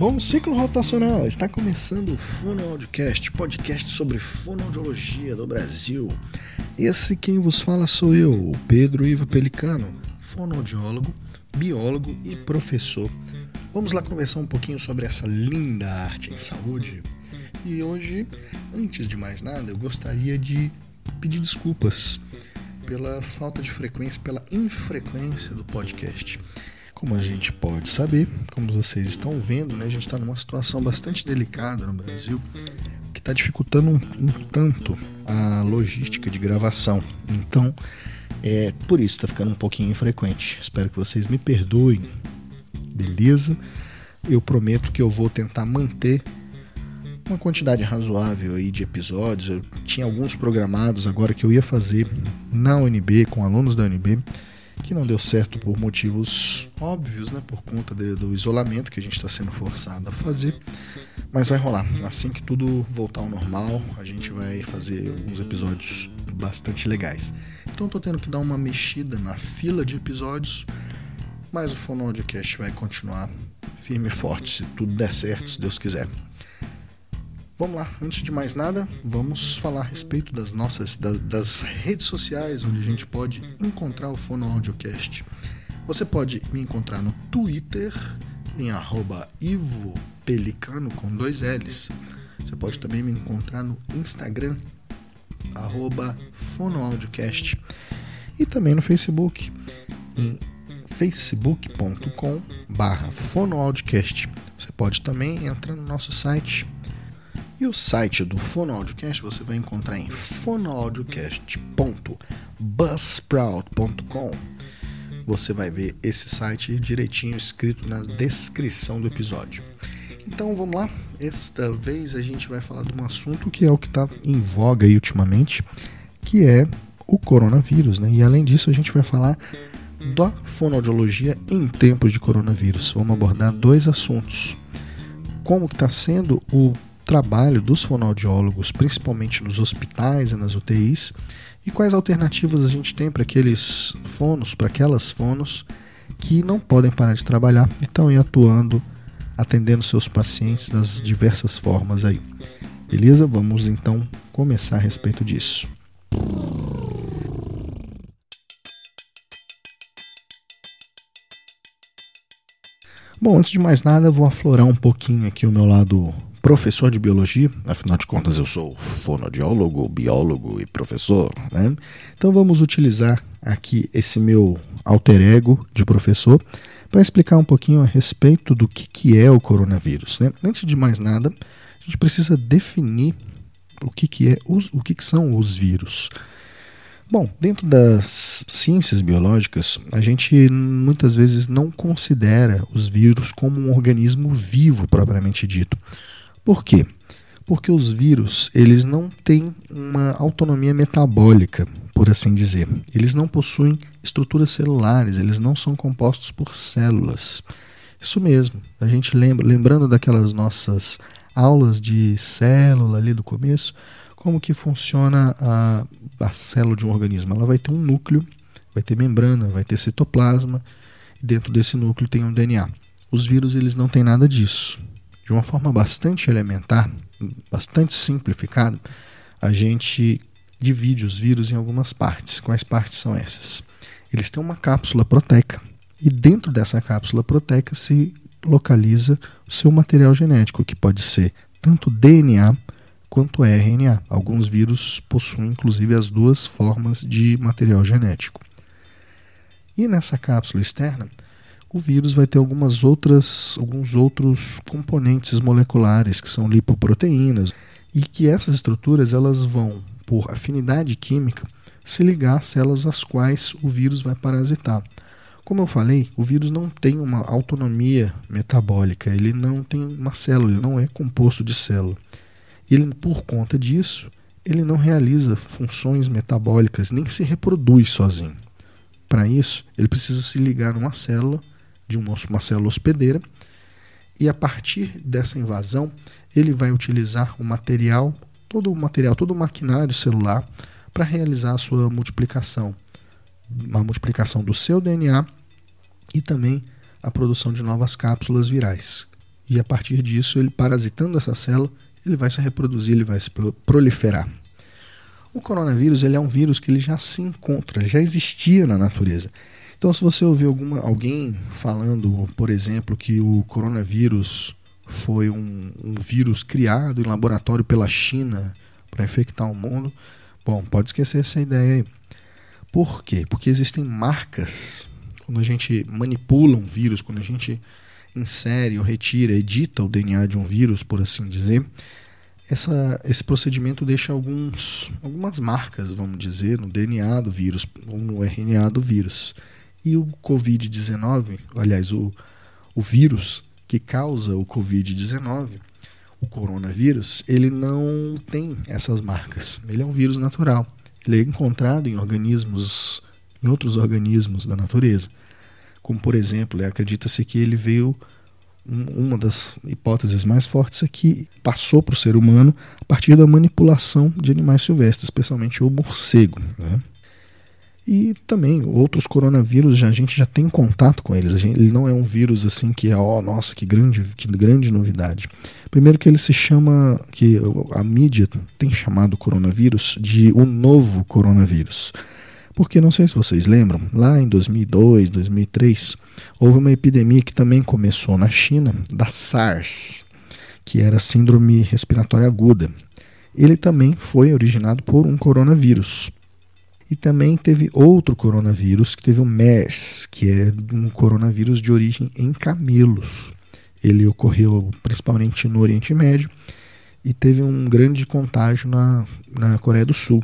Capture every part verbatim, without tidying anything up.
Bom ciclo rotacional, está começando o Fonoaudiocast, podcast sobre fonoaudiologia do Brasil. Esse quem vos fala sou eu, Pedro Ivo Pelicano, fonoaudiólogo, biólogo e professor. Vamos lá conversar um pouquinho sobre essa linda arte em saúde. E hoje, antes de mais nada, eu gostaria de pedir desculpas pela falta de frequência, pela infrequência do podcast. Como a gente pode saber, como vocês estão vendo, né, a gente está numa situação bastante delicada no Brasil, que está dificultando um, um tanto a logística de gravação. Então, é por isso está ficando um pouquinho infrequente. Espero que vocês me perdoem, beleza? Eu prometo que eu vou tentar manter uma quantidade razoável aí de episódios. Eu tinha alguns programados agora que eu ia fazer na U N B, com alunos da U N B, que não deu certo por motivos óbvios, né, por conta de, do isolamento que a gente está sendo forçado a fazer, mas vai rolar. Assim que tudo voltar ao normal, a gente vai fazer alguns episódios bastante legais. Então estou tendo que dar uma mexida na fila de episódios, mas o Fonoaudiocast vai continuar firme e forte, se tudo der certo, se Deus quiser. Vamos lá, antes de mais nada, vamos falar a respeito das nossas das, das redes sociais, onde a gente pode encontrar o Fonoaudiocast. Você pode me encontrar no Twitter, em arroba Ivo Pelicano, com dois L's. Você pode também me encontrar no Instagram, arroba Fonoaudiocast. E também no Facebook, em facebook ponto com barra Fonoaudiocast. Você pode também entrar no nosso site. E o site do Fonoaudiocast você vai encontrar em fonoaudiocast ponto buzzsprout ponto com. Você vai ver esse site direitinho escrito na descrição do episódio. Então vamos lá, esta vez a gente vai falar de um assunto que é o que está em voga aí ultimamente, que é o coronavírus, né? E além disso a gente vai falar da fonoaudiologia em tempos de coronavírus. Vamos abordar dois assuntos. Como que está sendo o trabalho dos fonoaudiólogos, principalmente nos hospitais e nas U T Is, e quais alternativas a gente tem para aqueles fonos, para aquelas fonos que não podem parar de trabalhar e estão aí atuando, atendendo seus pacientes das diversas formas aí. Beleza? Vamos então começar a respeito disso. Bom, antes de mais nada, eu vou aflorar um pouquinho aqui o meu lado professor de biologia, afinal de contas eu sou fonoaudiólogo, biólogo e professor, né? Então vamos utilizar aqui esse meu alter ego de professor para explicar um pouquinho a respeito do que, que é o coronavírus, né? Antes de mais nada, a gente precisa definir o que, que, é, o que, que são os vírus. Bom, dentro das ciências biológicas, a gente muitas vezes não considera os vírus como um organismo vivo propriamente dito. Por quê? Porque os vírus, eles não têm uma autonomia metabólica, por assim dizer. Eles não possuem estruturas celulares, eles não são compostos por células. Isso mesmo, a gente lembra, lembrando daquelas nossas aulas de célula ali do começo, como que funciona a, a célula de um organismo. Ela vai ter um núcleo, vai ter membrana, vai ter citoplasma, e dentro desse núcleo tem um D N A. Os vírus, eles não têm nada disso. De uma forma bastante elementar, bastante simplificada, a gente divide os vírus em algumas partes. Quais partes são essas? Eles têm uma cápsula proteica e dentro dessa cápsula proteica se localiza o seu material genético, que pode ser tanto D N A quanto R N A. Alguns vírus possuem inclusive as duas formas de material genético. E nessa cápsula externa, o vírus vai ter algumas outras, alguns outros componentes moleculares, que são lipoproteínas, e que essas estruturas elas vão, por afinidade química, se ligar às células às quais o vírus vai parasitar. Como eu falei, o vírus não tem uma autonomia metabólica, ele não tem uma célula, ele não é composto de célula. Ele, por conta disso, ele não realiza funções metabólicas, nem se reproduz sozinho. Para isso, ele precisa se ligar numa célula, de uma, uma célula hospedeira, e a partir dessa invasão ele vai utilizar o material, todo o material, todo o maquinário celular para realizar a sua multiplicação, a multiplicação do seu D N A e também a produção de novas cápsulas virais. e a partir disso, ele parasitando essa célula, ele vai se reproduzir, ele vai se proliferar. O coronavírus ele é um vírus que ele já se encontra, ele já existia na natureza. Então, se você ouvir alguma, alguém falando, por exemplo, que o coronavírus foi um, um vírus criado em laboratório pela China para infectar o mundo, bom, pode esquecer essa ideia aí. Por quê? Porque existem marcas. Quando a gente manipula um vírus, quando a gente insere ou retira, edita o D N A de um vírus, por assim dizer, essa, esse procedimento deixa alguns, algumas marcas, vamos dizer, no D N A do vírus ou no R N A do vírus. E o covid dezenove, aliás, o, o vírus que causa o covid dezenove, o coronavírus, ele não tem essas marcas. Ele é um vírus natural. Ele é encontrado em organismos, em outros organismos da natureza. Como, por exemplo, acredita-se que ele veio, uma das hipóteses mais fortes é que passou para o ser humano a partir da manipulação de animais silvestres, especialmente o morcego, né? E também outros coronavírus, já, a gente já tem contato com eles. A gente, ele não é um vírus assim que é, oh, nossa, que grande, que grande novidade. Primeiro que ele se chama, que a mídia tem chamado coronavírus de o novo coronavírus. Porque, não sei se vocês lembram, lá em dois mil e dois, dois mil e três, houve uma epidemia que também começou na China, da SARS, que era Síndrome Respiratória Aguda. Ele também foi originado por um coronavírus. E também teve outro coronavírus, que teve o MERS, que é um coronavírus de origem em camelos. Ele ocorreu principalmente no Oriente Médio e teve um grande contágio na, na Coreia do Sul.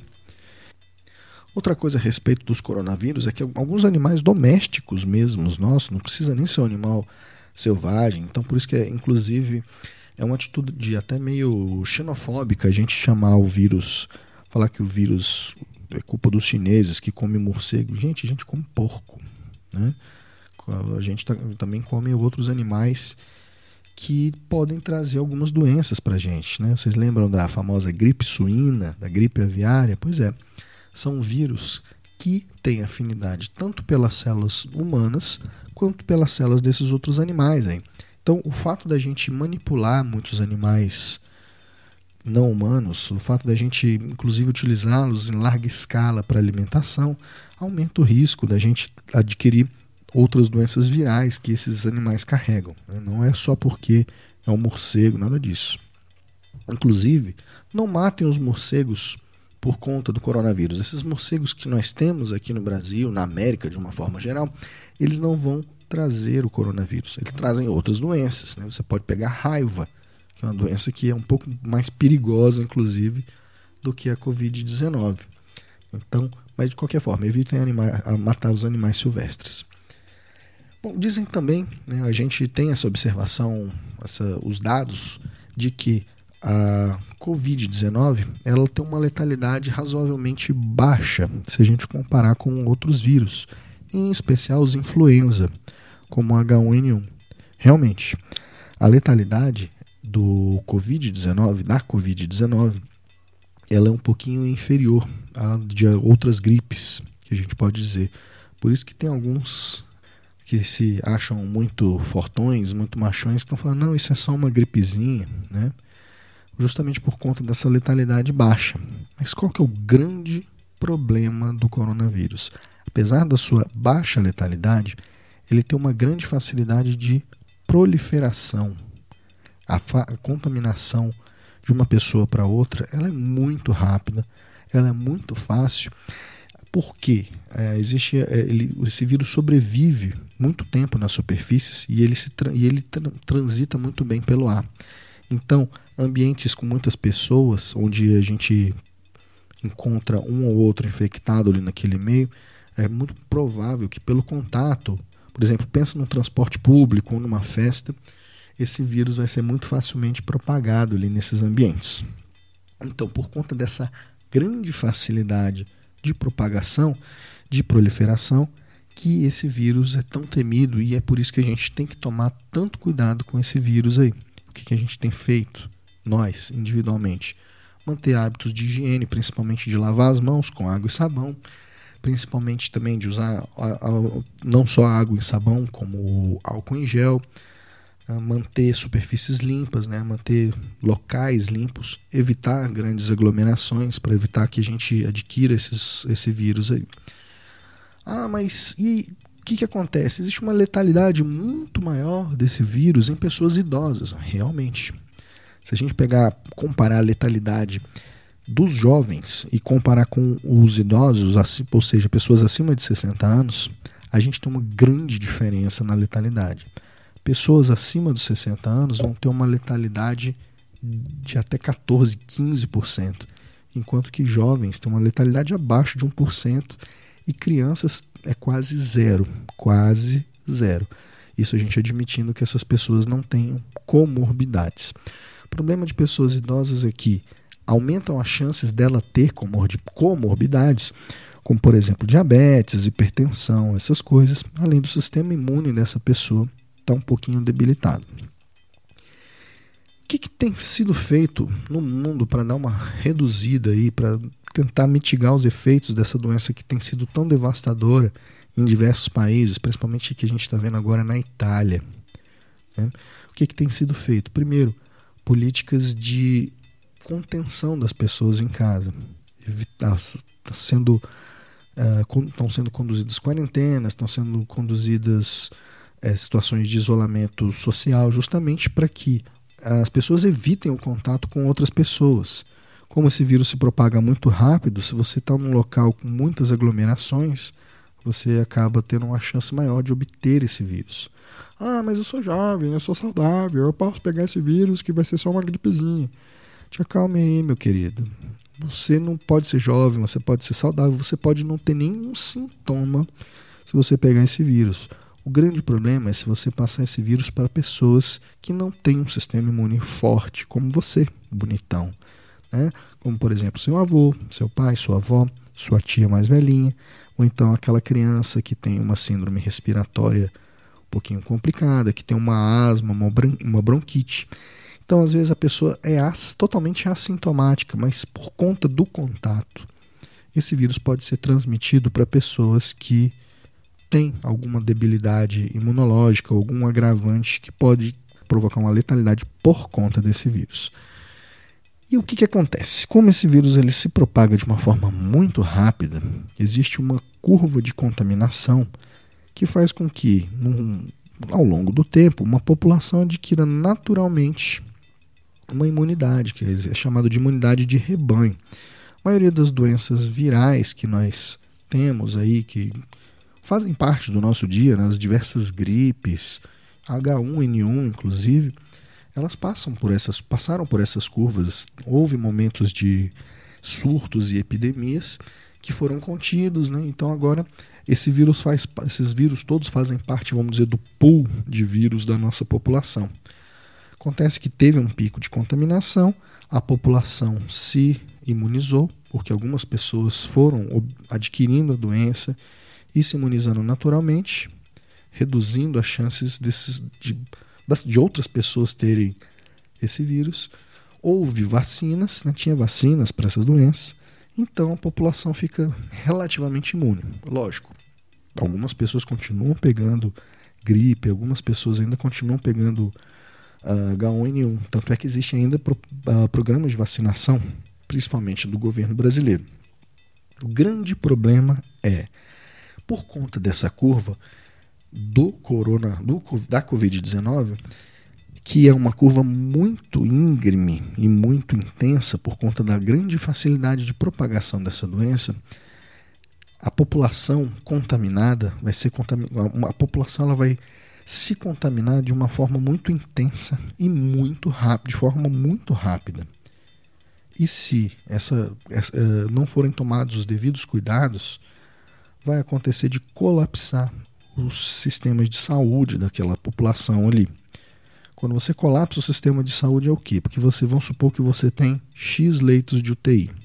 Outra coisa a respeito dos coronavírus é que alguns animais domésticos mesmos, nossos, não precisa nem ser um animal selvagem, então por isso que, é, inclusive, é uma atitude até meio xenofóbica a gente chamar o vírus, falar que o vírus é culpa dos chineses que comem morcego. Gente, a gente come porco, né? A gente tá, também come outros animais que podem trazer algumas doenças para a gente, né? Vocês lembram da famosa gripe suína, da gripe aviária? Pois é, são vírus que têm afinidade tanto pelas células humanas quanto pelas células desses outros animais aí. Então, o fato da gente manipular muitos animais não humanos, o fato da gente inclusive utilizá-los em larga escala para alimentação, aumenta o risco da gente adquirir outras doenças virais que esses animais carregam, né? Não é só porque é um morcego, nada disso. Inclusive, não matem os morcegos por conta do coronavírus. Esses morcegos que nós temos aqui no Brasil, na América de uma forma geral, eles não vão trazer o coronavírus. Eles trazem outras doenças, né? Você pode pegar raiva, que é uma doença que é um pouco mais perigosa, inclusive, do que a covid dezenove. Então, mas de qualquer forma, evitem anima- matar os animais silvestres. Bom, dizem também, né, a gente tem essa observação, essa, os dados de que a covid dezenove ela tem uma letalidade razoavelmente baixa se a gente comparar com outros vírus, em especial os influenza, como o agá um ene um. Realmente, a letalidade do covid dezenove, da covid dezenove, ela é um pouquinho inferior à de outras gripes, que a gente pode dizer. Por isso que tem alguns que se acham muito fortões, muito machões, que estão falando, não, isso é só uma gripezinha, né? Justamente por conta dessa letalidade baixa. Mas qual que é o grande problema do coronavírus? Apesar da sua baixa letalidade, ele tem uma grande facilidade de proliferação. A, fa- a contaminação de uma pessoa para outra, ela é muito rápida, ela é muito fácil. Por quê? É, existe, é, ele, esse vírus sobrevive muito tempo nas superfícies e ele, se tra- e ele tra- transita muito bem pelo ar. Então, ambientes com muitas pessoas, onde a gente encontra um ou outro infectado ali naquele meio, é muito provável que pelo contato, por exemplo, pensa num transporte público ou numa festa, esse vírus vai ser muito facilmente propagado ali nesses ambientes. Então, por conta dessa grande facilidade de propagação, de proliferação, que esse vírus é tão temido e é por isso que a gente tem que tomar tanto cuidado com esse vírus aí. O que a gente tem feito, nós, individualmente? Manter hábitos de higiene, principalmente de lavar as mãos com água e sabão, principalmente também de usar a, a, não só água e sabão, como álcool em gel, manter superfícies limpas, né? Manter locais limpos, evitar grandes aglomerações para evitar que a gente adquira esses, esse vírus aí. Ah, mas e o que, que acontece? Existe uma letalidade muito maior desse vírus em pessoas idosas, realmente. Se a gente pegar, comparar a letalidade dos jovens e comparar com os idosos, ou seja, pessoas acima de sessenta anos, a gente tem uma grande diferença na letalidade. Pessoas acima dos sessenta anos vão ter uma letalidade de até quatorze, quinze por cento, enquanto que jovens têm uma letalidade abaixo de um por cento e crianças é quase zero, quase zero. Isso a gente admitindo que essas pessoas não tenham comorbidades. O problema de pessoas idosas é que aumentam as chances dela ter comorbidades, como por exemplo diabetes, hipertensão, essas coisas, além do sistema imune dessa pessoa está um pouquinho debilitado. O que, que tem sido feito no mundo para dar uma reduzida aí, para tentar mitigar os efeitos dessa doença que tem sido tão devastadora em diversos países, principalmente que a gente está vendo agora na Itália, né? O que, que tem sido feito? Primeiro, políticas de contenção das pessoas em casa. Evitar, tá sendo, uh, estão sendo conduzidas quarentenas, estão sendo conduzidas É, situações de isolamento social, justamente para que as pessoas evitem o contato com outras pessoas. Como esse vírus se propaga muito rápido, se você está num local com muitas aglomerações, você acaba tendo uma chance maior de obter esse vírus. Ah, mas eu sou jovem, eu sou saudável, eu posso pegar esse vírus que vai ser só uma gripezinha. Te acalme aí, meu querido. Você não pode ser jovem, você pode ser saudável, você pode não ter nenhum sintoma se você pegar esse vírus. O grande problema é se você passar esse vírus para pessoas que não têm um sistema imune forte, como você, bonitão, né? Como, por exemplo, seu avô, seu pai, sua avó, sua tia mais velhinha, ou então aquela criança que tem uma síndrome respiratória um pouquinho complicada, que tem uma asma, uma, bron- uma bronquite. Então, às vezes, a pessoa é as- totalmente assintomática, mas por conta do contato, esse vírus pode ser transmitido para pessoas que tem alguma debilidade imunológica, algum agravante que pode provocar uma letalidade por conta desse vírus. E o que, que acontece? Como esse vírus ele se propaga de uma forma muito rápida, existe uma curva de contaminação que faz com que, num, ao longo do tempo, uma população adquira naturalmente uma imunidade, que é chamado de imunidade de rebanho. A maioria das doenças virais que nós temos aí, que fazem parte do nosso dia, nas diversas gripes, H um N um inclusive, elas passam por essas, passaram por essas curvas. Houve momentos de surtos e epidemias que foram contidos, né? Então agora esse vírus faz, esses vírus todos fazem parte, vamos dizer, do pool de vírus da nossa população. Acontece que teve um pico de contaminação, a população se imunizou, porque algumas pessoas foram adquirindo a doença e se imunizando naturalmente, reduzindo as chances desses, de, de outras pessoas terem esse vírus. Houve vacinas, né? Tinha vacinas para essas doenças, então a população fica relativamente imune. Lógico, algumas pessoas continuam pegando gripe, algumas pessoas ainda continuam pegando uh, H um N um, tanto é que existe ainda pro, uh, programas de vacinação, principalmente do governo brasileiro. O grande problema é, por conta dessa curva do corona, do, da covid dezenove, que é uma curva muito íngreme e muito intensa por conta da grande facilidade de propagação dessa doença, a população contaminada vai ser contaminada, a população ela vai se contaminar de uma forma muito intensa e muito rápida, de forma muito rápida. E se essa, essa, não forem tomados os devidos cuidados, vai acontecer de colapsar os sistemas de saúde daquela população ali. Quando você colapsa o sistema de saúde é o quê? Porque você, vamos supor que você tem X leitos de U T I.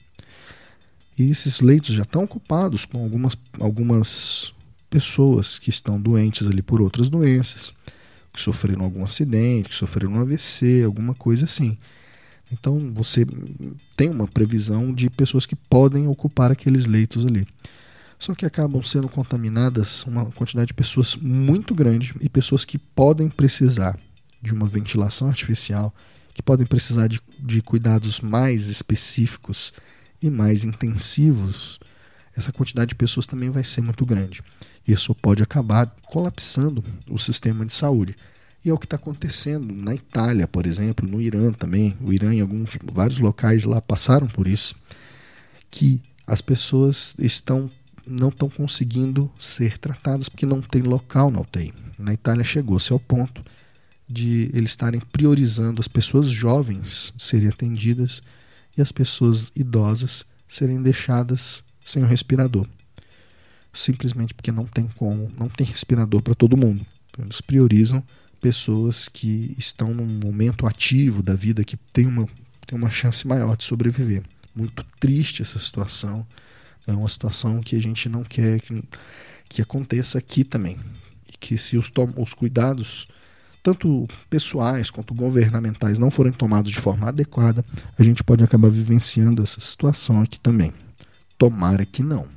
E esses leitos já estão ocupados com algumas, algumas pessoas que estão doentes ali por outras doenças, que sofreram algum acidente, que sofreram um A V C, alguma coisa assim. Então você tem uma previsão de pessoas que podem ocupar aqueles leitos ali. Só que acabam sendo contaminadas uma quantidade de pessoas muito grande e pessoas que podem precisar de uma ventilação artificial, que podem precisar de, de cuidados mais específicos e mais intensivos, essa quantidade de pessoas também vai ser muito grande. Isso pode acabar colapsando o sistema de saúde. E é o que está acontecendo na Itália, por exemplo, no Irã também. O Irã, em alguns, vários locais lá passaram por isso, que as pessoas estão, não estão conseguindo ser tratadas porque não tem local na U T I. Na Itália chegou-se ao ponto de eles estarem priorizando as pessoas jovens serem atendidas e as pessoas idosas serem deixadas sem o respirador. Simplesmente porque não tem como, não tem respirador para todo mundo. Eles priorizam pessoas que estão num momento ativo da vida, que tem uma, tem uma chance maior de sobreviver. Muito triste essa situação. É uma situação que a gente não quer que, que aconteça aqui também. E que se os, tom, os cuidados, tanto pessoais quanto governamentais, não forem tomados de forma adequada, a gente pode acabar vivenciando essa situação aqui também. Tomara que não.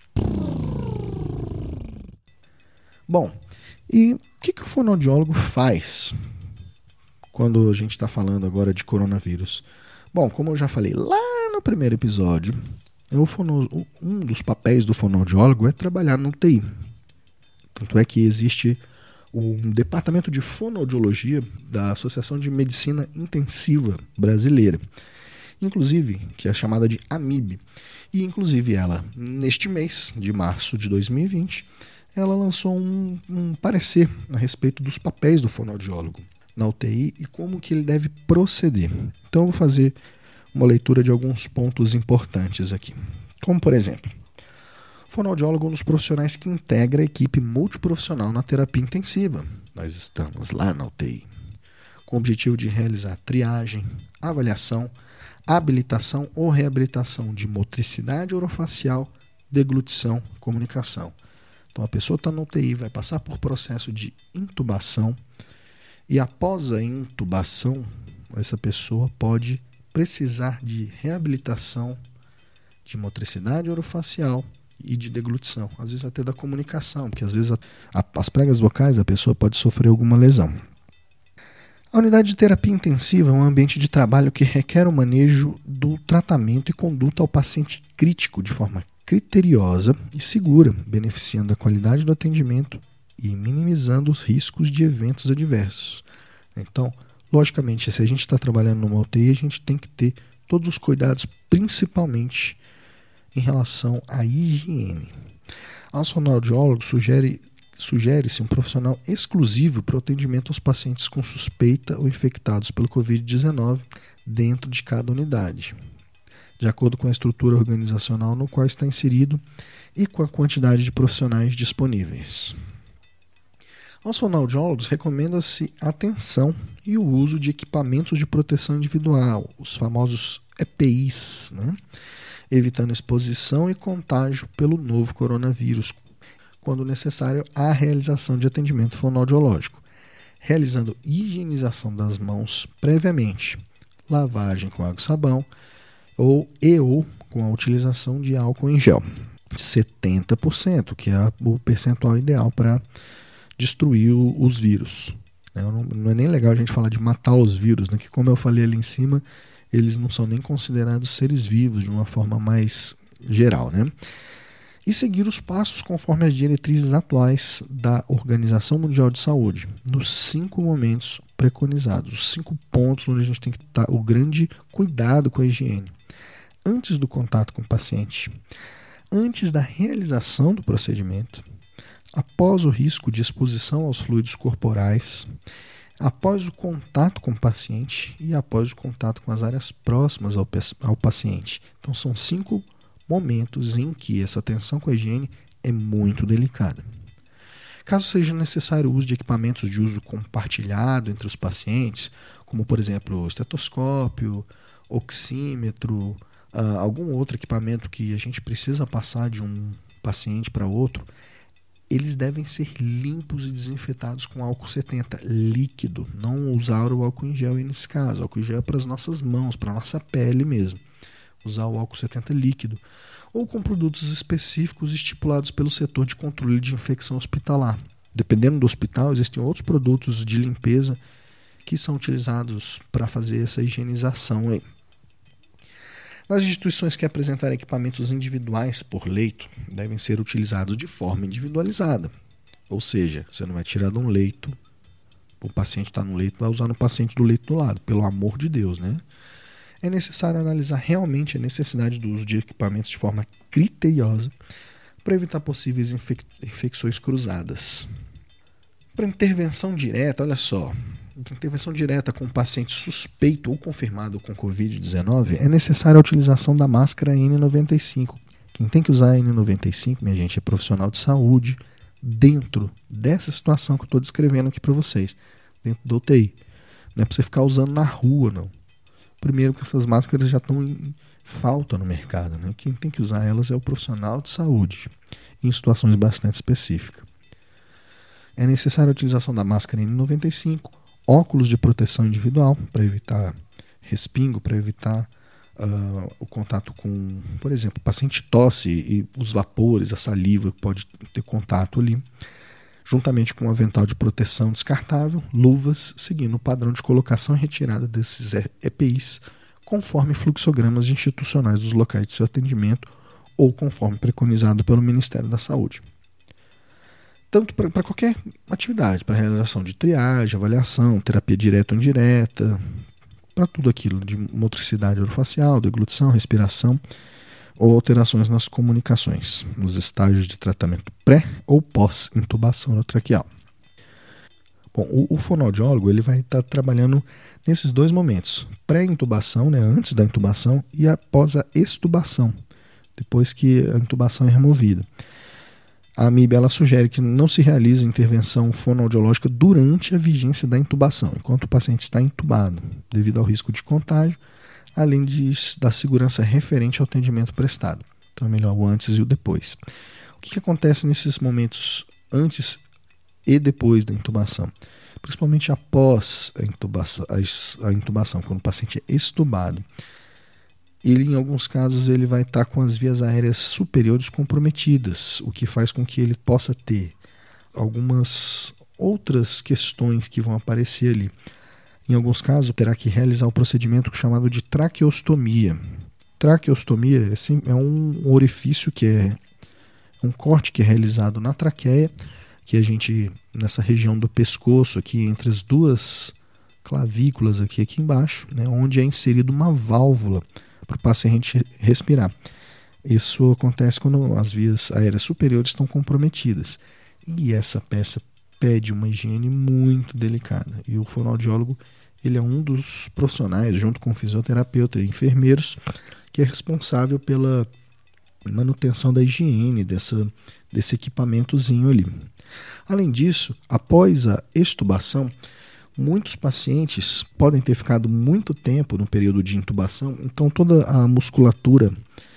Bom, e o que, que o fonoaudiólogo faz quando a gente está falando agora de coronavírus? Bom, como eu já falei lá no primeiro episódio, o fono, um dos papéis do fonoaudiólogo é trabalhar no U T I. Tanto é que existe um departamento de fonoaudiologia da Associação de Medicina Intensiva Brasileira, inclusive, que é chamada de AMIB. E, inclusive, ela, neste mês de março de dois mil e vinte, ela lançou um, um parecer a respeito dos papéis do fonoaudiólogo na U T I e como que ele deve proceder. Então, eu vou fazer uma leitura de alguns pontos importantes aqui. Como, por exemplo, o fonoaudiólogo é um dos profissionais que integra a equipe multiprofissional na terapia intensiva. Nós estamos lá na U T I, com o objetivo de realizar triagem, avaliação, habilitação ou reabilitação de motricidade orofacial, deglutição, comunicação. Então a pessoa está na U T I, vai passar por processo de intubação e após a intubação, essa pessoa pode precisar de reabilitação de motricidade orofacial e de deglutição, às vezes até da comunicação, porque às vezes a, a, as pregas vocais da pessoa pode sofrer alguma lesão. A unidade de terapia intensiva é um ambiente de trabalho que requer o manejo do tratamento e conduta ao paciente crítico de forma criteriosa e segura, beneficiando a qualidade do atendimento e minimizando os riscos de eventos adversos. Então, logicamente, se a gente está trabalhando numa U T I, a gente tem que ter todos os cuidados, principalmente em relação à higiene. Aos fonoaudiólogos sugere Sugere-se um profissional exclusivo para o atendimento aos pacientes com suspeita ou infectados pelo covid dezenove dentro de cada unidade, de acordo com a estrutura organizacional no qual está inserido e com a quantidade de profissionais disponíveis. Aos fonoaudiólogos recomenda-se atenção e o uso de equipamentos de proteção individual, os famosos E P Is, né? Evitando exposição e contágio pelo novo coronavírus, quando necessário, a realização de atendimento fonoaudiológico, realizando higienização das mãos previamente, lavagem com água e sabão ou, e ou com a utilização de álcool em gel. setenta por cento, que é o percentual ideal para destruir os vírus. Não, não é nem legal a gente falar de matar os vírus, né? Que, como eu falei ali em cima, eles não são nem considerados seres vivos de uma forma mais geral, né? E seguir os passos conforme as diretrizes atuais da Organização Mundial de Saúde, nos cinco momentos preconizados, os cinco pontos onde a gente tem que estar o grande cuidado com a higiene. Antes do contato com o paciente, antes da realização do procedimento, após o risco de exposição aos fluidos corporais, após o contato com o paciente e após o contato com as áreas próximas ao, ao paciente. Então são cinco momentos em que essa atenção com a higiene é muito delicada. Caso seja necessário o uso de equipamentos de uso compartilhado entre os pacientes, como por exemplo estetoscópio, oxímetro, uh, algum outro equipamento que a gente precisa passar de um paciente para outro, eles devem ser limpos e desinfetados com álcool setenta líquido, não usar o álcool em gel nesse caso. O álcool em gel é para as nossas mãos, para a nossa pele mesmo. Usar o álcool setenta líquido, ou com produtos específicos estipulados pelo setor de controle de infecção hospitalar. Dependendo do hospital, existem outros produtos de limpeza que são utilizados para fazer essa higienização aí. Nas instituições que apresentarem equipamentos individuais por leito, devem ser utilizados de forma individualizada. Ou seja, você não vai tirar de um leito, o paciente está no leito, vai usar no paciente do leito do lado, pelo amor de Deus, né? É necessário analisar realmente a necessidade do uso de equipamentos de forma criteriosa para evitar possíveis infec- infecções cruzadas. Para intervenção direta, olha só, intervenção direta com um paciente suspeito ou confirmado com covid dezenove, é necessária a utilização da máscara N noventa e cinco. Quem tem que usar a N noventa e cinco, minha gente, é profissional de saúde, dentro dessa situação que eu estou descrevendo aqui para vocês, dentro da U T I. Não é para você ficar usando na rua, não. Primeiro que essas máscaras já estão em falta no mercado, né? Quem tem que usar elas é o profissional de saúde, em situações bastante específicas. É necessária a utilização da máscara N noventa e cinco, óculos de proteção individual para evitar respingo, para evitar uh, o contato com, por exemplo, o paciente tosse e os vapores, a saliva que pode ter contato ali, juntamente com um avental de proteção descartável, luvas, seguindo o padrão de colocação e retirada desses E P Is, conforme fluxogramas institucionais dos locais de seu atendimento ou conforme preconizado pelo Ministério da Saúde. Tanto para qualquer atividade, para realização de triagem, avaliação, terapia direta ou indireta, para tudo aquilo de motricidade orofacial, deglutição, respiração ou alterações nas comunicações, nos estágios de tratamento pré ou pós-intubação orotraqueal. Bom, o, o fonoaudiólogo ele vai estar tá trabalhando nesses dois momentos, pré-intubação, né, antes da intubação, e após a extubação, depois que a intubação é removida. A A M I B ela sugere que não se realize intervenção fonoaudiológica durante a vigência da intubação, enquanto o paciente está intubado, devido ao risco de contágio, além de, da segurança referente ao atendimento prestado. Então é melhor o antes e o depois. O que, que acontece nesses momentos antes e depois da intubação? Principalmente após a intubação, a, a intubação, quando o paciente é extubado. Ele, em alguns casos, ele vai estar com as vias aéreas superiores comprometidas, o que faz com que ele possa ter algumas outras questões que vão aparecer ali. Em alguns casos, terá que realizar o procedimento chamado de traqueostomia. Traqueostomia é um orifício que é um corte que é realizado na traqueia, que a gente, nessa região do pescoço, aqui entre as duas clavículas aqui, aqui embaixo, né, onde é inserida uma válvula para o paciente respirar. Isso acontece quando as vias aéreas superiores estão comprometidas. E essa peça pede uma higiene muito delicada. E o fonoaudiólogo ele é um dos profissionais, junto com o fisioterapeuta e enfermeiros, que é responsável pela manutenção da higiene dessa, desse equipamentozinho ali. Além disso, após a extubação, muitos pacientes podem ter ficado muito tempo no período de intubação, então toda a musculatura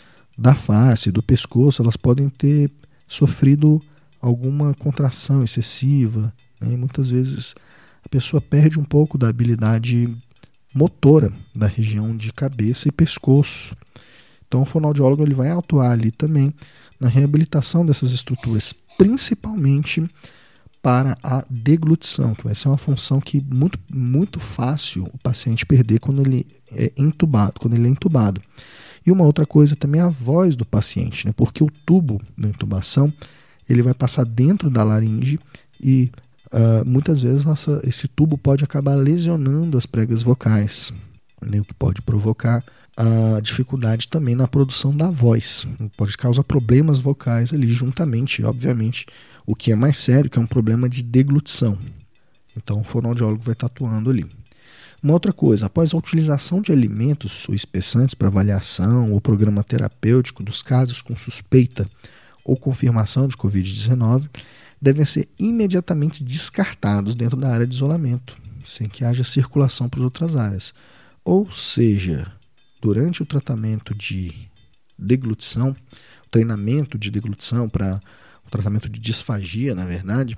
da face, do pescoço, elas podem ter sofrido alguma contração excessiva, né? Muitas vezes a pessoa perde um pouco da habilidade motora da região de cabeça e pescoço. Então o fonoaudiólogo ele vai atuar ali também na reabilitação dessas estruturas, principalmente para a deglutição, que vai ser uma função que muito, muito fácil o paciente perder quando ele é intubado, quando ele é intubado. E uma outra coisa também é a voz do paciente, né? Porque o tubo da intubação ele vai passar dentro da laringe e uh, muitas vezes essa, esse tubo pode acabar lesionando as pregas vocais, né? O que pode provocar a dificuldade também na produção da voz. Pode causar problemas vocais ali, juntamente, obviamente, o que é mais sério, que é um problema de deglutição. Então o fonoaudiólogo vai estar atuando ali. Uma outra coisa, após a utilização de alimentos ou espessantes para avaliação ou programa terapêutico dos casos com suspeita ou confirmação de covid dezenove, devem ser imediatamente descartados dentro da área de isolamento, sem que haja circulação para as outras áreas. Ou seja, durante o tratamento de deglutição, o treinamento de deglutição para o tratamento de disfagia, na verdade,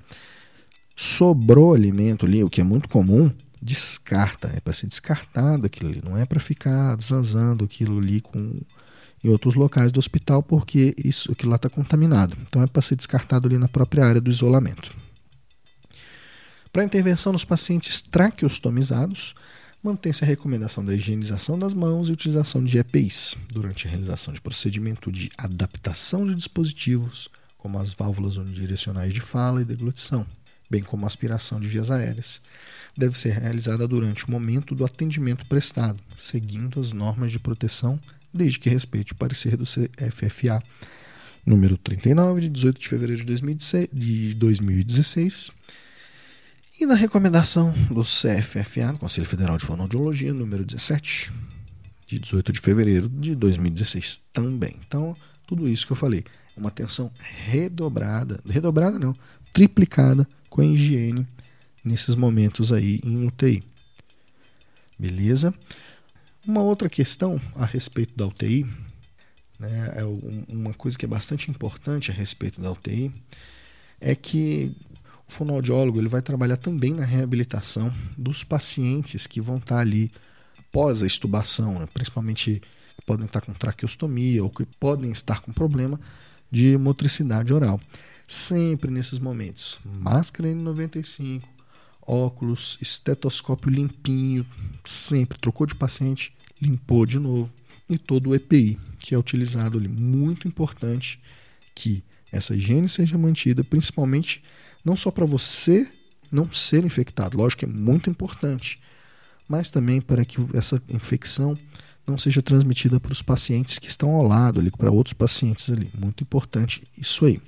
sobrou alimento ali, o que é muito comum, descarta, é para ser descartado aquilo ali, não é para ficar zanzando aquilo ali com, em outros locais do hospital, porque isso, aquilo lá está contaminado. Então é para ser descartado ali na própria área do isolamento. Para a intervenção nos pacientes traqueostomizados, mantém-se a recomendação da higienização das mãos e utilização de E P Is durante a realização de procedimento de adaptação de dispositivos, como as válvulas unidirecionais de fala e deglutição, bem como a aspiração de vias aéreas. Deve ser realizada durante o momento do atendimento prestado, seguindo as normas de proteção, desde que respeite o parecer do C F F A número trinta e nove, de dezoito de fevereiro de dois mil e dezesseis, e na recomendação do C F F A, do Conselho Federal de Fonoaudiologia, número dezessete, de dezoito de fevereiro de dois mil e dezesseis também. Então, tudo isso que eu falei, uma atenção redobrada, redobrada não, triplicada com a higiene nesses momentos aí em U T I. Beleza? Uma outra questão a respeito da U T I, né, é uma coisa que é bastante importante a respeito da U T I, é que o fonoaudiólogo ele vai trabalhar também na reabilitação dos pacientes que vão estar ali pós a extubação, né? Principalmente que podem estar com traqueostomia ou que podem estar com problema de motricidade oral. Sempre nesses momentos, máscara N noventa e cinco, óculos, estetoscópio limpinho, sempre trocou de paciente, limpou de novo, e todo o E P I que é utilizado ali. Muito importante que essa higiene seja mantida, principalmente não só para você não ser infectado, lógico que é muito importante, mas também para que essa infecção não seja transmitida para os pacientes que estão ao lado, ali, para outros pacientes ali. Muito importante isso aí.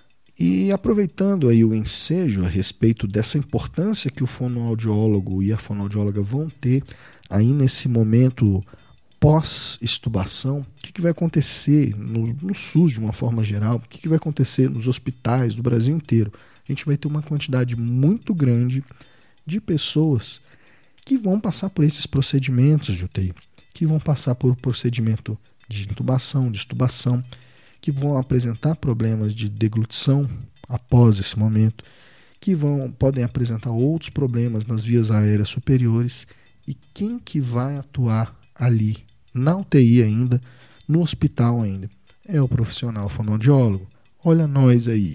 E aproveitando aí o ensejo a respeito dessa importância que o fonoaudiólogo e a fonoaudióloga vão ter aí nesse momento pós-extubação, o que, que vai acontecer no, no SUS de uma forma geral, o que, que vai acontecer nos hospitais do Brasil inteiro? A gente vai ter uma quantidade muito grande de pessoas que vão passar por esses procedimentos de U T I, que vão passar por procedimento de intubação, de extubação, que vão apresentar problemas de deglutição após esse momento, que vão, podem apresentar outros problemas nas vias aéreas superiores. E quem que vai atuar ali, na U T I ainda, no hospital ainda? É o profissional fonoaudiólogo. Olha nós aí.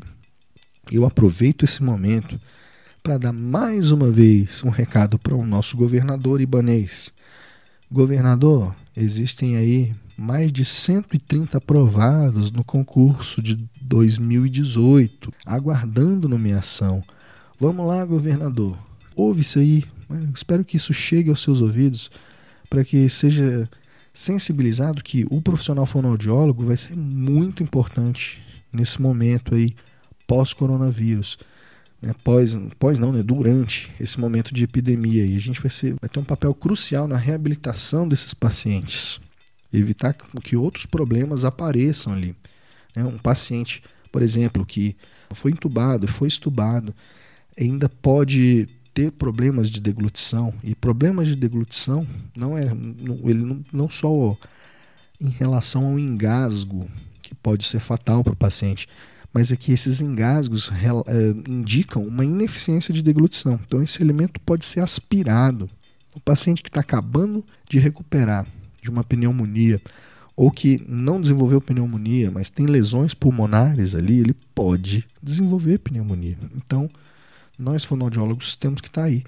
Eu aproveito esse momento para dar mais uma vez um recado para o nosso governador ibanês. Governador, existem aí mais de cento e trinta aprovados no concurso de dois mil e dezoito, aguardando nomeação. Vamos lá, governador, ouve isso aí. Eu espero que isso chegue aos seus ouvidos para que seja sensibilizado que o profissional fonoaudiólogo vai ser muito importante nesse momento aí pós-coronavírus. Né, pós, pós não, né, durante esse momento de epidemia. E a gente vai, ser, vai ter um papel crucial na reabilitação desses pacientes. Evitar que outros problemas apareçam ali. Né, um paciente, por exemplo, que foi entubado, foi extubado, ainda pode ter problemas de deglutição. E problemas de deglutição não é ele não, não só em relação ao engasgo, que pode ser fatal para o paciente, mas é que esses engasgos é, indicam uma ineficiência de deglutição. Então esse elemento pode ser aspirado. O paciente que está acabando de recuperar de uma pneumonia ou que não desenvolveu pneumonia, mas tem lesões pulmonares ali, ele pode desenvolver pneumonia. Então nós fonoaudiólogos temos que estar aí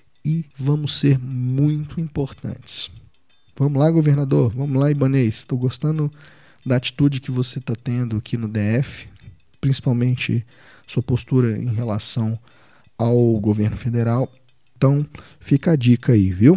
e vamos ser muito importantes. Vamos lá, governador, vamos lá, ibanês. Estou gostando da atitude que você está tendo aqui no D F, principalmente sua postura em relação ao governo federal. Então, fica a dica aí, viu?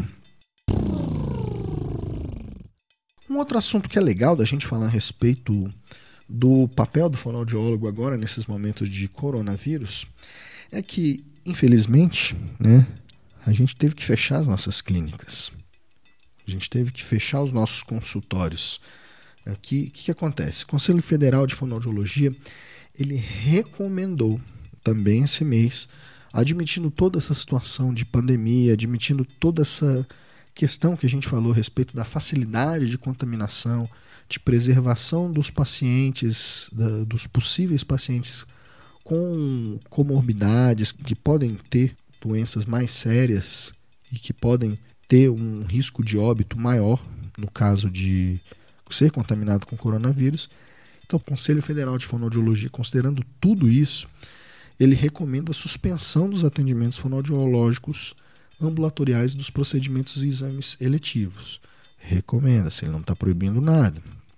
Um outro assunto que é legal da gente falar a respeito do papel do fonoaudiólogo agora, nesses momentos de coronavírus, é que, infelizmente, né, a gente teve que fechar as nossas clínicas. A gente teve que fechar os nossos consultórios. O que, que, que acontece? O Conselho Federal de Fonoaudiologia ele recomendou também esse mês, admitindo toda essa situação de pandemia, admitindo toda essa questão que a gente falou a respeito da facilidade de contaminação, de preservação dos pacientes, da, dos possíveis pacientes com comorbidades, que podem ter doenças mais sérias e que podem ter um risco de óbito maior, no caso de ser contaminado com coronavírus. Então, o Conselho Federal de Fonoaudiologia, considerando tudo isso, ele recomenda a suspensão dos atendimentos fonoaudiológicos ambulatoriais dos procedimentos e exames eletivos. Recomenda-se, ele não está proibindo nada.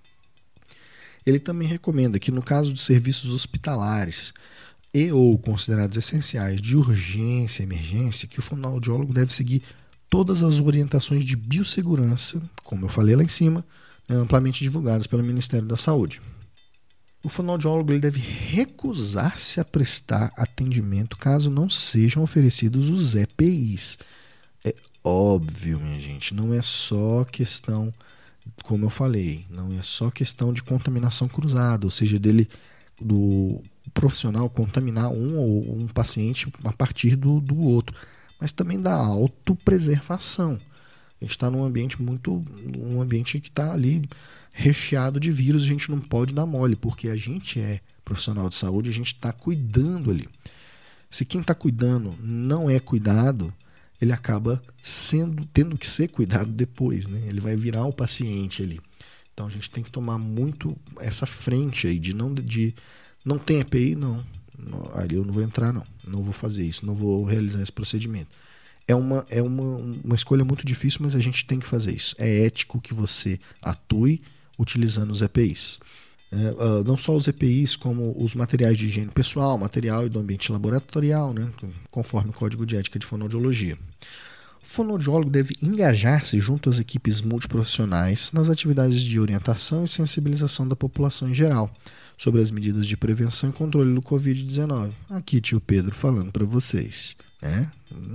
Ele também recomenda que, no caso de serviços hospitalares e ou considerados essenciais de urgência e emergência, que o fonoaudiólogo deve seguir todas as orientações de biossegurança, como eu falei lá em cima, né, amplamente divulgadas pelo Ministério da Saúde. O fonoaudiólogo ele deve recusar-se a prestar atendimento caso não sejam oferecidos os E P Is. É óbvio, minha gente, não é só questão, como eu falei, não é só questão de contaminação cruzada, ou seja, dele, do profissional contaminar um ou um paciente a partir do, do outro, mas também da autopreservação. A gente está num ambiente muito, um ambiente que está ali recheado de vírus, a gente não pode dar mole, porque a gente é profissional de saúde, a gente está cuidando ali. Se quem está cuidando não é cuidado, ele acaba sendo, tendo que ser cuidado depois, né? Ele vai virar o paciente ali. Então a gente tem que tomar muito essa frente aí de não, de, não tem E P I, não. Ali eu não vou entrar, não. Não vou fazer isso, não vou realizar esse procedimento. É uma, é uma, uma escolha muito difícil, mas a gente tem que fazer isso. É ético que você atue utilizando os E P Is. É, uh, não só os E P Is, como os materiais de higiene pessoal, material e do ambiente laboratorial, né, conforme o Código de Ética de Fonoaudiologia. O fonoaudiólogo deve engajar-se junto às equipes multiprofissionais nas atividades de orientação e sensibilização da população em geral sobre as medidas de prevenção e controle do covid dezenove. Aqui, tio Pedro, falando para vocês. Né?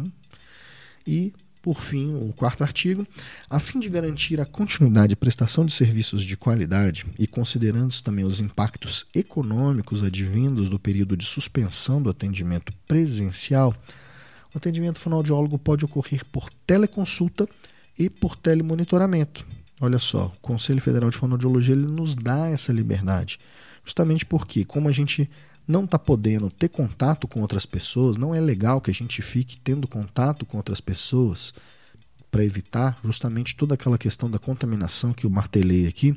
E, por fim, o quarto artigo, a fim de garantir a continuidade e prestação de serviços de qualidade e considerando também os impactos econômicos advindos do período de suspensão do atendimento presencial, o atendimento fonoaudiólogo pode ocorrer por teleconsulta e por telemonitoramento. Olha só, o Conselho Federal de Fonoaudiologia ele nos dá essa liberdade, justamente porque, como a gente não está podendo ter contato com outras pessoas, não é legal que a gente fique tendo contato com outras pessoas para evitar justamente toda aquela questão da contaminação que eu martelei aqui.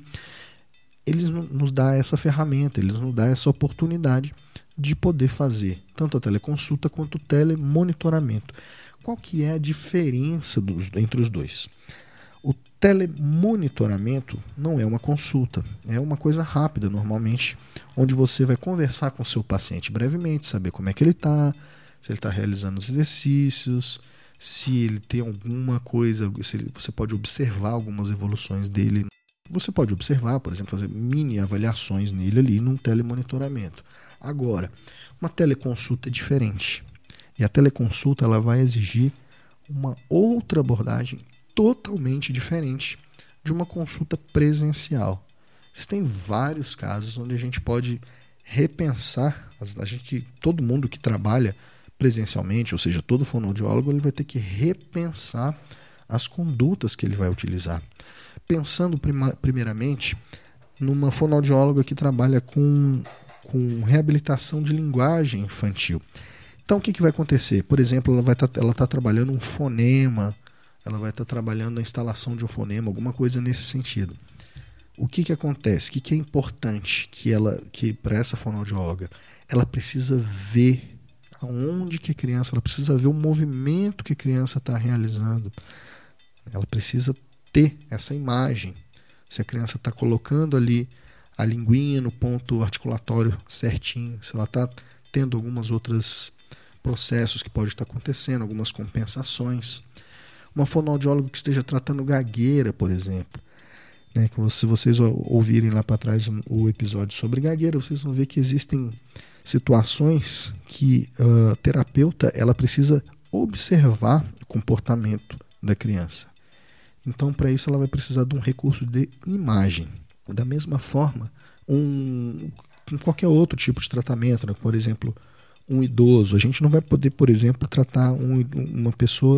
Eles nos dão essa ferramenta, eles nos dão essa oportunidade de poder fazer tanto a teleconsulta quanto o telemonitoramento. Qual que é a diferença dos, entre os dois? O telemonitoramento não é uma consulta, é uma coisa rápida normalmente, onde você vai conversar com o seu paciente brevemente, saber como é que ele está, se ele está realizando os exercícios, se ele tem alguma coisa, se ele, você pode observar algumas evoluções dele. Você pode observar, por exemplo, fazer mini avaliações nele ali num telemonitoramento. Agora, uma teleconsulta é diferente. E a teleconsulta ela vai exigir uma outra abordagem totalmente diferente de uma consulta presencial. Existem vários casos onde a gente pode repensar, a gente, todo mundo que trabalha presencialmente, ou seja, todo fonoaudiólogo, ele vai ter que repensar as condutas que ele vai utilizar. Pensando prima, primeiramente numa fonoaudióloga que trabalha com, com reabilitação de linguagem infantil. Então o que, que vai acontecer? Por exemplo, ela vai estar tá, ela tá trabalhando um fonema, ela vai estar tá trabalhando a instalação de um fonema, alguma coisa nesse sentido. O que, que acontece? O que, que é importante que ela, que para essa fonoaudióloga? Ela precisa ver aonde que a criança, ela precisa ver o movimento que a criança está realizando. Ela precisa ter essa imagem. Se a criança está colocando ali a linguinha no ponto articulatório certinho, se ela está tendo algumas outras processos que pode estar acontecendo, algumas compensações. Uma fonoaudióloga que esteja tratando gagueira, por exemplo. Né, que se vocês ouvirem lá para trás o episódio sobre gagueira, vocês vão ver que existem situações que a terapeuta ela precisa observar o comportamento da criança. Então, para isso, ela vai precisar de um recurso de imagem. Da mesma forma, um, com qualquer outro tipo de tratamento, né, por exemplo, um idoso. A gente não vai poder, por exemplo, tratar um, uma pessoa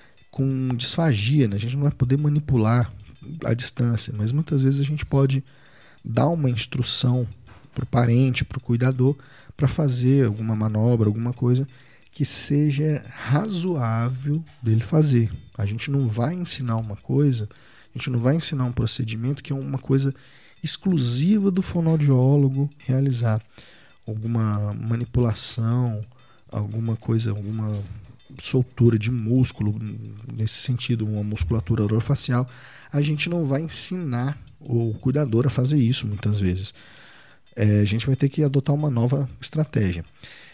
com disfagia, né? A gente não vai poder manipular à distância, mas muitas vezes a gente pode dar uma instrução para o parente, para o cuidador, para fazer alguma manobra, alguma coisa que seja razoável dele fazer. A gente não vai ensinar uma coisa, a gente não vai ensinar um procedimento que é uma coisa exclusiva do fonoaudiólogo realizar. alguma manipulação, alguma coisa, alguma soltura de músculo, nesse sentido, uma musculatura orofacial, a gente não vai ensinar o cuidador a fazer isso muitas vezes. É, a gente vai ter que adotar uma nova estratégia.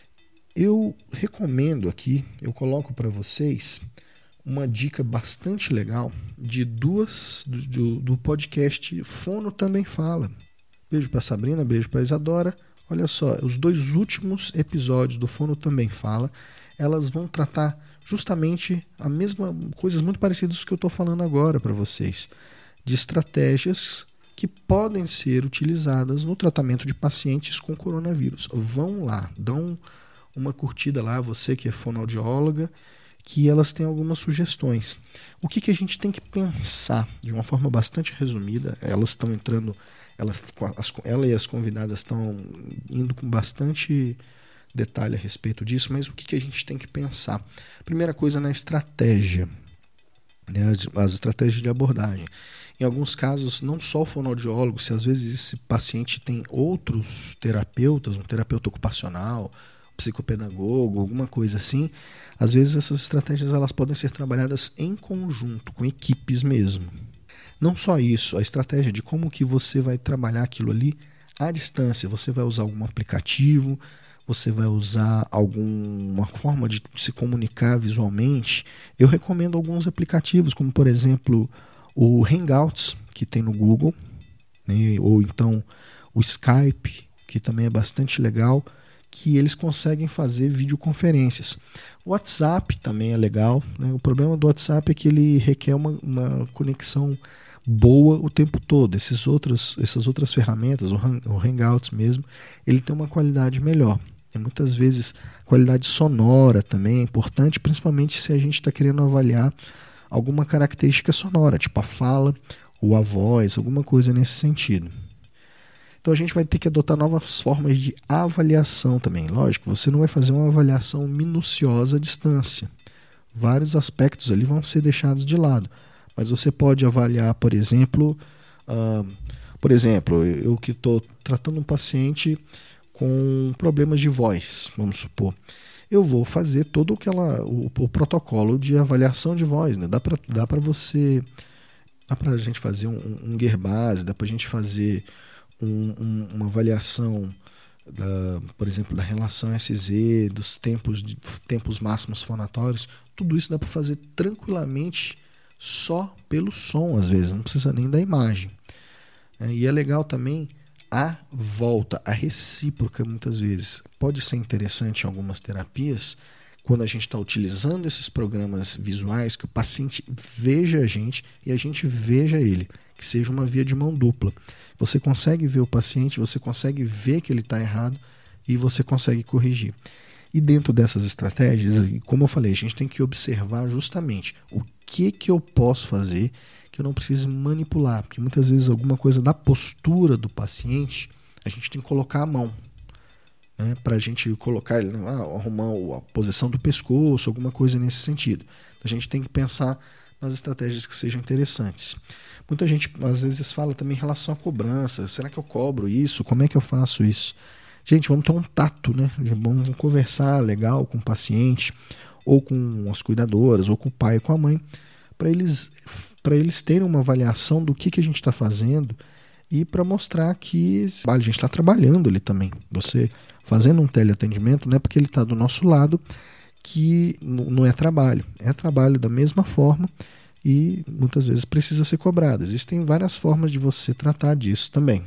Eu recomendo aqui, eu coloco para vocês uma dica bastante legal de duas do, do, do podcast Fono Também Fala. Beijo para Sabrina, beijo para Isadora. Olha só, os dois últimos episódios do Fono Também Fala, elas vão tratar justamente a mesma coisas muito parecidas que eu estou falando agora para vocês, de estratégias que podem ser utilizadas no tratamento de pacientes com coronavírus. Vão lá, dão uma curtida lá, você que é fonoaudióloga, que elas têm algumas sugestões. O que, que a gente tem que pensar de uma forma bastante resumida, elas estão entrando, elas, as, ela e as convidadas estão indo com bastante detalhe a respeito disso, mas o que, que a gente tem que pensar? Primeira coisa, na estratégia, né, as, as estratégias de abordagem. Em alguns casos, não só o fonoaudiólogo, se às vezes esse paciente tem outros terapeutas, um terapeuta ocupacional, psicopedagogo, alguma coisa assim, às vezes essas estratégias elas podem ser trabalhadas em conjunto, com equipes mesmo. Não só isso, a estratégia de como que você vai trabalhar aquilo ali à distância. Você vai usar algum aplicativo, você vai usar alguma forma de se comunicar visualmente. Eu recomendo alguns aplicativos, como por exemplo o Hangouts, que tem no Google, né? Ou então o Skype, que também é bastante legal, que eles conseguem fazer videoconferências. O WhatsApp também é legal, né? O problema do WhatsApp é que ele requer uma, uma conexão boa o tempo todo. Esses outros, essas outras ferramentas, o, hang, o Hangouts mesmo, ele tem uma qualidade melhor. E muitas vezes qualidade sonora também é importante, principalmente se a gente está querendo avaliar alguma característica sonora, tipo a fala ou a voz, alguma coisa nesse sentido. Então a gente vai ter que adotar novas formas de avaliação também. Lógico, você não vai fazer uma avaliação minuciosa à distância. Vários aspectos ali vão ser deixados de lado. Mas você pode avaliar, por exemplo, uh, por exemplo, eu que estou tratando um paciente com problemas de voz, vamos supor. Eu vou fazer todo aquela, o, o protocolo de avaliação de voz, né? Dá para dá para você, dá para a gente fazer um, um Gerbase, dá para a gente fazer um, um, uma avaliação, da, por exemplo, da relação S Z, dos tempos, de, tempos máximos fonatórios. Tudo isso dá para fazer tranquilamente só pelo som, às vezes, não precisa nem da imagem. É, e é legal também a volta, a recíproca, muitas vezes. Pode ser interessante em algumas terapias, quando a gente está utilizando esses programas visuais, que o paciente veja a gente e a gente veja ele, que seja uma via de mão dupla. Você consegue ver o paciente, você consegue ver que ele está errado e você consegue corrigir. E dentro dessas estratégias, como eu falei, a gente tem que observar justamente o que, que eu posso fazer que eu não preciso manipular, porque muitas vezes alguma coisa da postura do paciente a gente tem que colocar a mão, né, para a gente colocar ele, ah, arrumar a posição do pescoço, alguma coisa nesse sentido. A gente tem que pensar nas estratégias que sejam interessantes. Muita gente às vezes fala também em relação à cobrança, será que eu cobro isso? Como é que eu faço isso? Gente, vamos ter um tato, né? Vamos conversar legal com o paciente, ou com as cuidadoras, ou com o pai e com a mãe, para eles, para eles terem uma avaliação do que, que a gente está fazendo e para mostrar que a gente está trabalhando ali também. Você fazendo um teleatendimento, não é porque ele está do nosso lado que não é trabalho. É trabalho da mesma forma e muitas vezes precisa ser cobrado. Existem várias formas de você tratar disso também.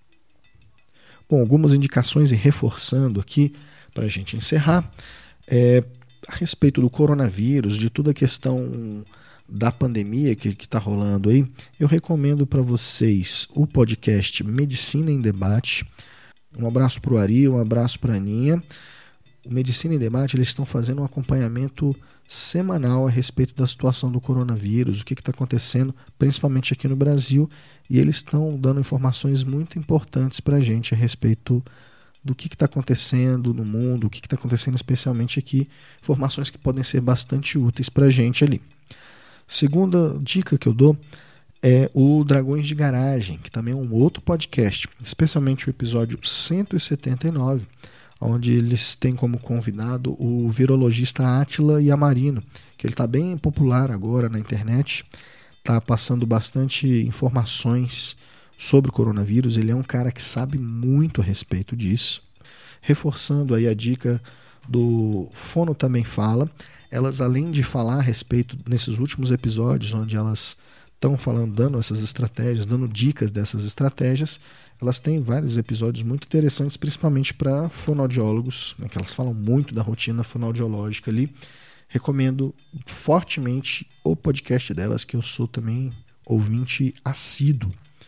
Bom, algumas indicações e reforçando aqui para a gente encerrar, é, a respeito do coronavírus, de toda a questão da pandemia que está rolando aí, eu recomendo para vocês o podcast Medicina em Debate. Um abraço para o Ari, um abraço para a Aninha. O Medicina em Debate, eles estão fazendo um acompanhamento semanal a respeito da situação do coronavírus, o que está acontecendo, principalmente aqui no Brasil, e eles estão dando informações muito importantes para a gente a respeito do que está acontecendo no mundo, o que está acontecendo especialmente aqui, informações que podem ser bastante úteis para a gente ali. Segunda dica que eu dou é o Dragões de Garagem, que também é um outro podcast, especialmente o episódio cento e setenta e nove, onde eles têm como convidado o virologista Átila Yamarino, que ele está bem popular agora na internet, está passando bastante informações sobre o coronavírus. Ele é um cara que sabe muito a respeito disso. Reforçando aí a dica do Fono Também Fala, elas, além de falar a respeito nesses últimos episódios, onde elas estão falando, dando essas estratégias, dando dicas dessas estratégias, elas têm vários episódios muito interessantes, principalmente para fonoaudiólogos, né, que elas falam muito da rotina fonoaudiológica ali. Recomendo fortemente o podcast delas, que eu sou também ouvinte assíduo.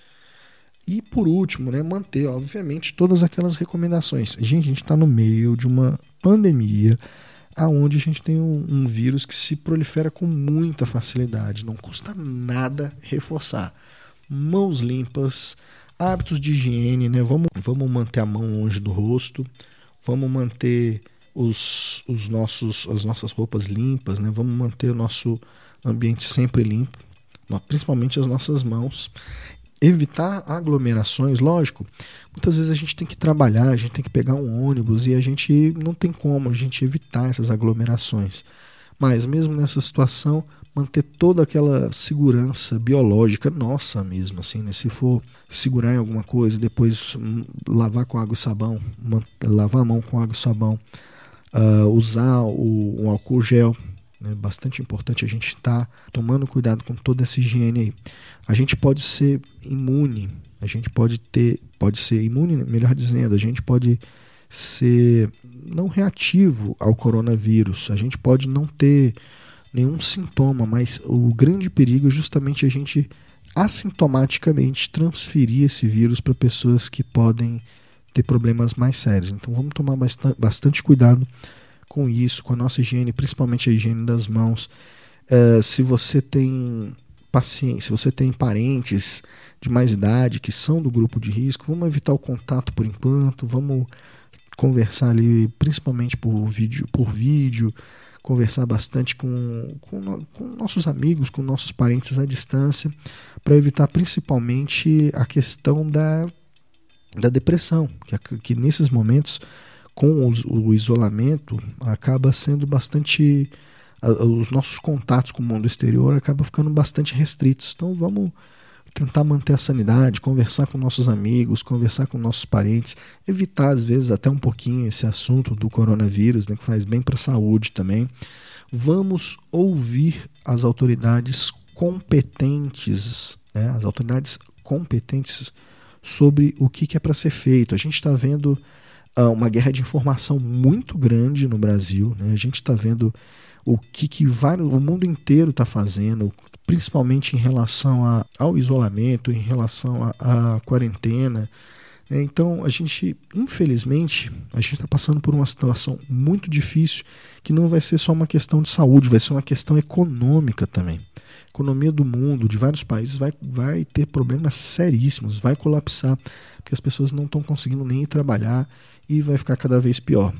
E por último, né, manter, obviamente, todas aquelas recomendações. Gente, a gente está no meio de uma pandemia, aonde a gente tem um, um vírus que se prolifera com muita facilidade. Não custa nada reforçar. Mãos limpas, hábitos de higiene, né? Vamos, vamos manter a mão longe do rosto, vamos manter os, os nossos, as nossas roupas limpas, né? Vamos manter o nosso ambiente sempre limpo, principalmente as nossas mãos. Evitar aglomerações, lógico, muitas vezes a gente tem que trabalhar, a gente tem que pegar um ônibus e a gente não tem como a gente evitar essas aglomerações. Mas mesmo nessa situação, manter toda aquela segurança biológica nossa mesmo, assim, né? Se for segurar em alguma coisa, depois lavar com água e sabão, lavar a mão com água e sabão, uh, usar o, o álcool gel. É bastante importante a gente estar tá tomando cuidado com toda essa higiene aí. A gente pode ser imune, a gente pode ter, pode ser imune, melhor dizendo, a gente pode ser não reativo ao coronavírus, a gente pode não ter nenhum sintoma, mas o grande perigo é justamente a gente assintomaticamente transferir esse vírus para pessoas que podem ter problemas mais sérios. Então vamos tomar bastante, bastante cuidado com isso, com a nossa higiene, principalmente a higiene das mãos. Uh, se você tem paciente, se você tem parentes de mais idade que são do grupo de risco, vamos evitar o contato por enquanto, vamos conversar ali principalmente por vídeo, por vídeo conversar bastante com, com, com nossos amigos, com nossos parentes à distância, para evitar principalmente a questão da, da depressão, que, que nesses momentos, com os, o isolamento, acaba sendo bastante... os nossos contatos com o mundo exterior acabam ficando bastante restritos. Então vamos tentar manter a sanidade, conversar com nossos amigos, conversar com nossos parentes, evitar às vezes até um pouquinho esse assunto do coronavírus, né, que faz bem para a saúde também. Vamos ouvir as autoridades competentes, né, as autoridades competentes sobre o que, que é para ser feito. A gente está vendo uh, uma guerra de informação muito grande no Brasil, né? A gente está vendo o que, que vai, o mundo inteiro está fazendo, principalmente em relação a, ao isolamento, em relação à quarentena. Então, a gente, infelizmente, a gente está passando por uma situação muito difícil, que não vai ser só uma questão de saúde, vai ser uma questão econômica também. A economia do mundo, de vários países, vai, vai ter problemas seríssimos, vai colapsar, porque as pessoas não estão conseguindo nem ir trabalhar e vai ficar cada vez pior.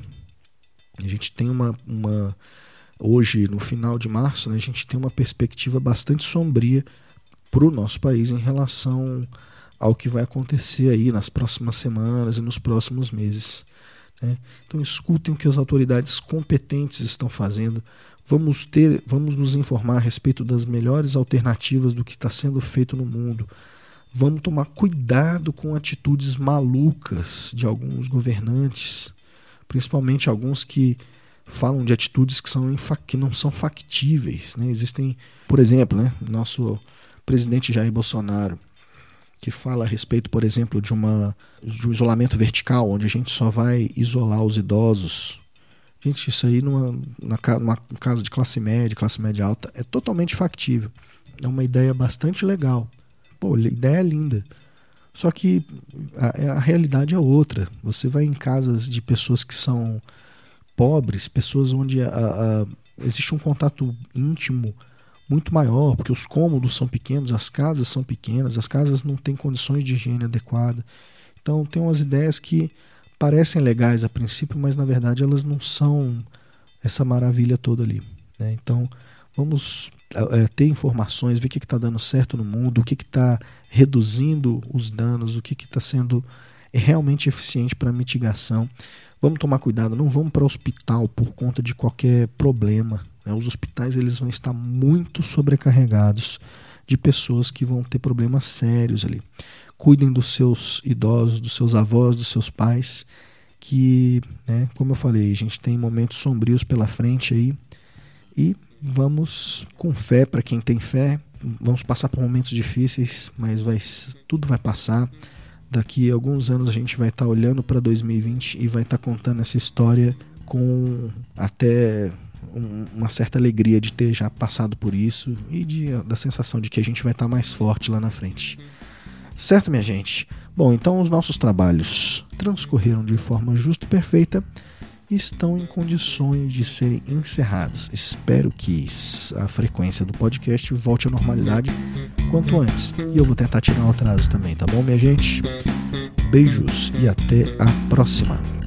A gente tem uma... uma Hoje, no final de março, né, a gente tem uma perspectiva bastante sombria para o nosso país em relação ao que vai acontecer aí nas próximas semanas e nos próximos meses, né? Então escutem o que as autoridades competentes estão fazendo. Vamos ter, vamos nos informar a respeito das melhores alternativas do que está sendo feito no mundo. Vamos tomar cuidado com atitudes malucas de alguns governantes, principalmente alguns que falam de atitudes que, são que não são factíveis, né? Existem, por exemplo, né, nosso presidente Jair Bolsonaro, que fala a respeito, por exemplo, de, uma, de um isolamento vertical, onde a gente só vai isolar os idosos. Gente, isso aí numa, numa casa de classe média, classe média alta, é totalmente factível. É uma ideia bastante legal. Pô, a ideia é linda. Só que a, a realidade é outra. Você vai em casas de pessoas que são pobres, pessoas onde a, a, existe um contato íntimo muito maior, porque os cômodos são pequenos, as casas são pequenas, as casas não têm condições de higiene adequada. Então tem umas ideias que parecem legais a princípio, mas na verdade elas não são essa maravilha toda ali, né? Então vamos é, ter informações, ver o que está dando certo no mundo, o que está reduzindo os danos, o que está sendo é realmente eficiente para mitigação. Vamos tomar cuidado, não vamos para o hospital por conta de qualquer problema, né? Os hospitais eles vão estar muito sobrecarregados de pessoas que vão ter problemas sérios ali. Cuidem dos seus idosos, dos seus avós, dos seus pais, que, né, como eu falei, a gente tem momentos sombrios pela frente aí, e vamos com fé, para quem tem fé, vamos passar por momentos difíceis, mas vai, tudo vai passar. Daqui a alguns anos a gente vai estar olhando para dois mil e vinte e vai estar contando essa história com até um, uma certa alegria de ter já passado por isso e de, da sensação de que a gente vai estar mais forte lá na frente. Certo, minha gente? Bom, então os nossos trabalhos transcorreram de forma justa e perfeita e estão em condições de serem encerrados. Espero que a frequência do podcast volte à normalidade quanto antes. E eu vou tentar tirar o atraso também, tá bom, minha gente? Beijos e até a próxima!